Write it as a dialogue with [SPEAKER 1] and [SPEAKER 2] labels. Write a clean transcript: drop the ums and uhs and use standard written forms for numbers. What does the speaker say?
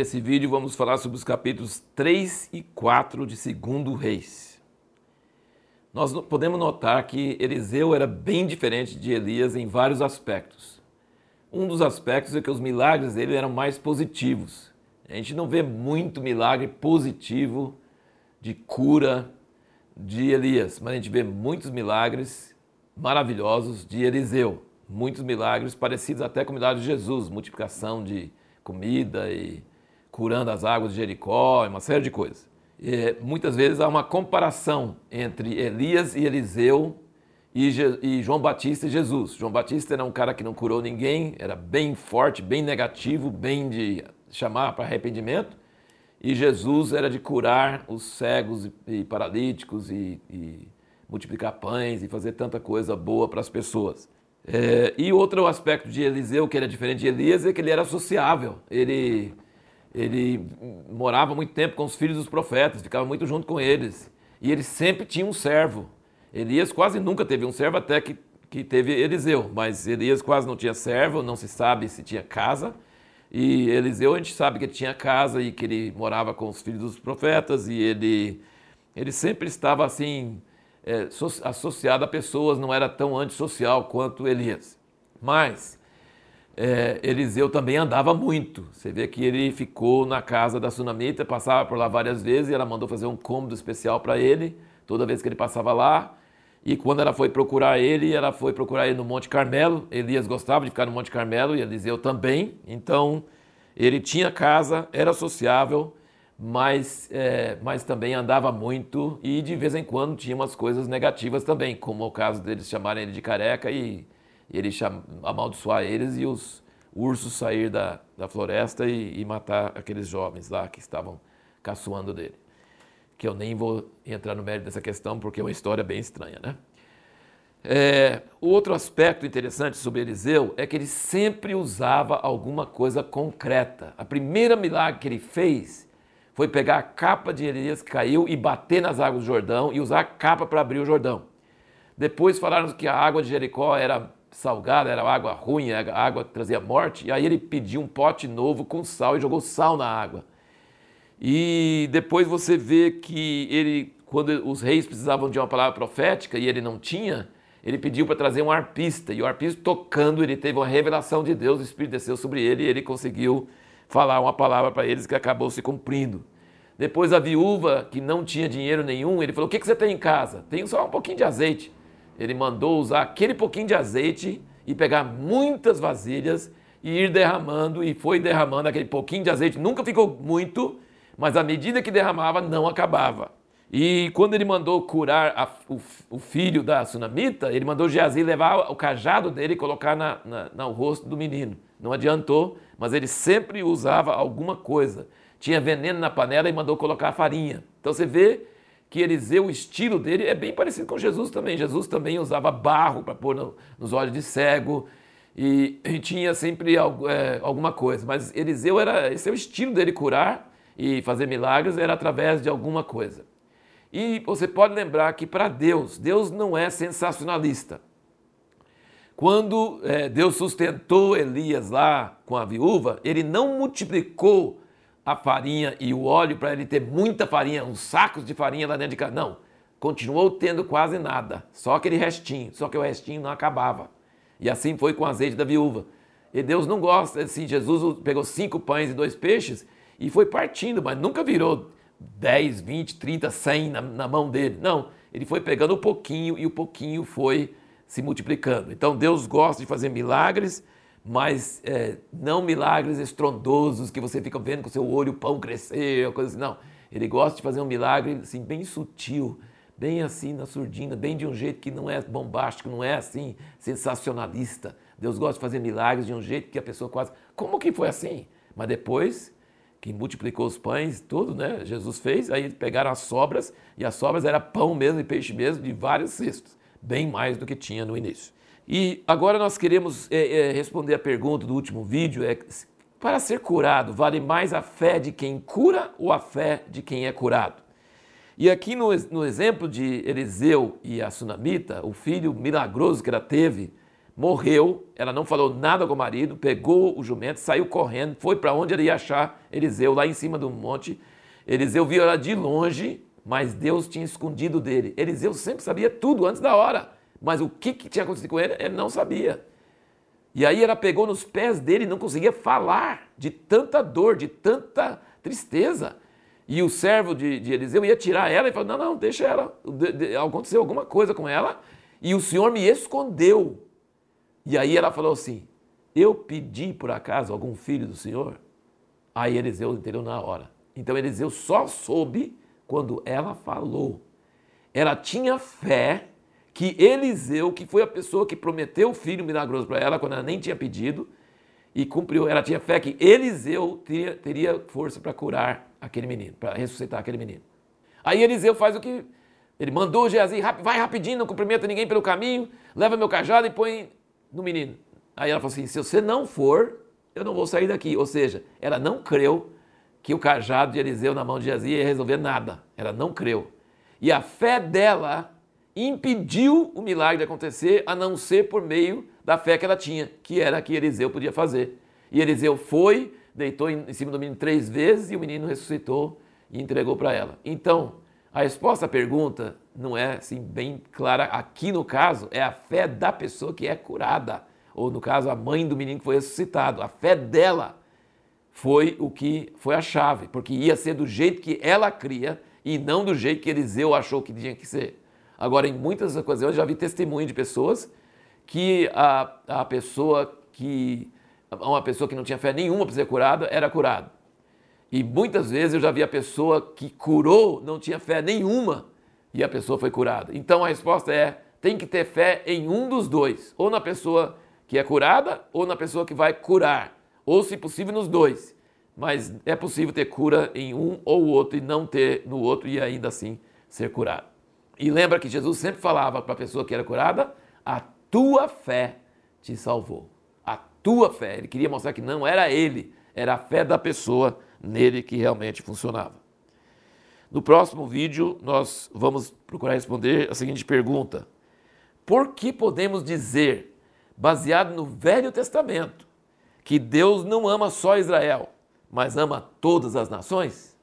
[SPEAKER 1] Nesse vídeo vamos falar sobre os capítulos 3 e 4 de 2 Reis. Nós podemos notar que Eliseu era bem diferente de Elias em vários aspectos. Um dos aspectos é que os milagres dele eram mais positivos. A gente não vê muito milagre positivo de cura de Elias, mas a gente vê muitos milagres maravilhosos de Eliseu. Muitos milagres parecidos até com o milagre de Jesus, multiplicação de comida e curando as águas de Jericó, uma série de coisas. Muitas vezes há uma comparação entre Elias e Eliseu e João Batista e Jesus. João Batista era um cara que não curou ninguém, era bem forte, bem negativo, bem de chamar para arrependimento. E Jesus era de curar os cegos e paralíticos e multiplicar pães e fazer tanta coisa boa para as pessoas. E outro aspecto de Eliseu que era diferente de Elias é que ele era sociável. Ele morava muito tempo com os filhos dos profetas, ficava muito junto com eles. E ele sempre tinha um servo. Elias quase nunca teve um servo até que teve Eliseu. Mas Elias quase não tinha servo, não se sabe se tinha casa. E Eliseu a gente sabe que ele tinha casa e que ele morava com os filhos dos profetas. E ele sempre estava assim, associado a pessoas, não era tão antissocial quanto Elias. Mas Eliseu também andava muito. Você vê que ele ficou na casa da sunamita, passava por lá várias vezes e ela mandou fazer um cômodo especial para ele, toda vez que ele passava lá. E quando ela foi procurar ele no Monte Carmelo. Elias gostava de ficar no Monte Carmelo e Eliseu também. Então ele tinha casa, era sociável, mas também andava muito e de vez em quando tinha umas coisas negativas também, como o caso deles chamarem ele de careca e ele amaldiçoar eles e os ursos sair da floresta e matar aqueles jovens lá que estavam caçoando dele. Que eu nem vou entrar no mérito dessa questão porque é uma história bem estranha, né? Outro aspecto interessante sobre Eliseu é que ele sempre usava alguma coisa concreta. A primeira milagre que ele fez foi pegar a capa de Elias que caiu e bater nas águas do Jordão e usar a capa para abrir o Jordão. Depois falaram que a água de Jericó era salgada, era água ruim, a água que trazia morte, e aí ele pediu um pote novo com sal e jogou sal na água. E depois você vê que ele, quando os reis precisavam de uma palavra profética e ele não tinha, ele pediu para trazer um arpista, e o arpista tocando, ele teve uma revelação de Deus, o Espírito desceu sobre ele e ele conseguiu falar uma palavra para eles que acabou se cumprindo. Depois a viúva, que não tinha dinheiro nenhum, ele falou, o que você tem em casa? Tenho só um pouquinho de azeite. Ele mandou usar aquele pouquinho de azeite e pegar muitas vasilhas e ir derramando, e foi derramando aquele pouquinho de azeite. Nunca ficou muito, mas à medida que derramava, não acabava. E quando ele mandou curar o filho da sunamita, ele mandou Geazi levar o cajado dele e colocar no rosto do menino. Não adiantou, mas ele sempre usava alguma coisa. Tinha veneno na panela e mandou colocar farinha. Então você vê que Eliseu, o estilo dele é bem parecido com Jesus também. Jesus também usava barro para pôr nos olhos de cego e tinha sempre alguma coisa. Mas Eliseu esse é o estilo dele, curar e fazer milagres, era através de alguma coisa. E você pode lembrar que para Deus não é sensacionalista. Quando Deus sustentou Elias lá com a viúva, ele não multiplicou a farinha e o óleo para ele ter muita farinha, uns sacos de farinha lá dentro de casa. Não, continuou tendo quase nada, só aquele restinho, só que o restinho não acabava. E assim foi com o azeite da viúva. E Deus não gosta, assim, Jesus pegou 5 pães e 2 peixes e foi partindo, mas nunca virou 10, 20, 30, 100 na mão dele. Não, ele foi pegando um pouquinho e o pouquinho foi se multiplicando. Então Deus gosta de fazer milagres, mas não milagres estrondosos que você fica vendo com o seu olho o pão crescer, coisa assim. Não, ele gosta de fazer um milagre assim, bem sutil, bem assim na surdina, bem de um jeito que não é bombástico, não é assim sensacionalista. Deus gosta de fazer milagres de um jeito que a pessoa quase... Como que foi assim? Mas depois que multiplicou os pães, tudo, né? Jesus fez, aí pegaram as sobras, e as sobras era pão mesmo e peixe mesmo, de vários cestos, bem mais do que tinha no início. E agora nós queremos responder a pergunta do último vídeo, para ser curado, vale mais a fé de quem cura ou a fé de quem é curado? E aqui no exemplo de Eliseu e a sunamita, o filho milagroso que ela teve, morreu, ela não falou nada com o marido, pegou o jumento, saiu correndo, foi para onde ela ia achar Eliseu, lá em cima do monte. Eliseu viu ela de longe, mas Deus tinha escondido dele. Eliseu sempre sabia tudo antes da hora, mas o que tinha acontecido com ele, ele não sabia. E aí ela pegou nos pés dele e não conseguia falar de tanta dor, de tanta tristeza. E o servo de Eliseu ia tirar ela e falou, não, deixa ela, aconteceu alguma coisa com ela e o Senhor me escondeu. E aí ela falou assim, eu pedi por acaso algum filho do Senhor? Aí Eliseu entendeu na hora. Então Eliseu só soube quando ela falou. Ela tinha fé que Eliseu, que foi a pessoa que prometeu o filho milagroso para ela, quando ela nem tinha pedido, e cumpriu, ela tinha fé que Eliseu teria força para curar aquele menino, para ressuscitar aquele menino. Aí Eliseu faz o que... Ele mandou Geazi, vai rapidinho, não cumprimenta ninguém pelo caminho, leva meu cajado e põe no menino. Aí ela falou assim, se você não for, eu não vou sair daqui. Ou seja, ela não creu que o cajado de Eliseu na mão de Geazi ia resolver nada. Ela não creu. E a fé dela impediu o milagre de acontecer, a não ser por meio da fé que ela tinha, que era que Eliseu podia fazer. E Eliseu foi, deitou em cima do menino 3 vezes e o menino ressuscitou e entregou para ela. Então, a resposta à pergunta não é assim bem clara. Aqui no caso, é a fé da pessoa que é curada. Ou no caso, a mãe do menino que foi ressuscitado. A fé dela foi o que foi a chave, porque ia ser do jeito que ela cria e não do jeito que Eliseu achou que tinha que ser. Agora, em muitas ocasiões, já vi testemunho de pessoas que uma pessoa que não tinha fé nenhuma para ser curada, era curada. E muitas vezes eu já vi a pessoa que curou, não tinha fé nenhuma, e a pessoa foi curada. Então a resposta é, tem que ter fé em um dos dois, ou na pessoa que é curada, ou na pessoa que vai curar, ou se possível nos dois. Mas é possível ter cura em um ou outro e não ter no outro e ainda assim ser curado. E lembra que Jesus sempre falava para a pessoa que era curada, a tua fé te salvou. A tua fé. Ele queria mostrar que não era ele, era a fé da pessoa nele que realmente funcionava. No próximo vídeo, nós vamos procurar responder a seguinte pergunta. Por que podemos dizer, baseado no Velho Testamento, que Deus não ama só Israel, mas ama todas as nações?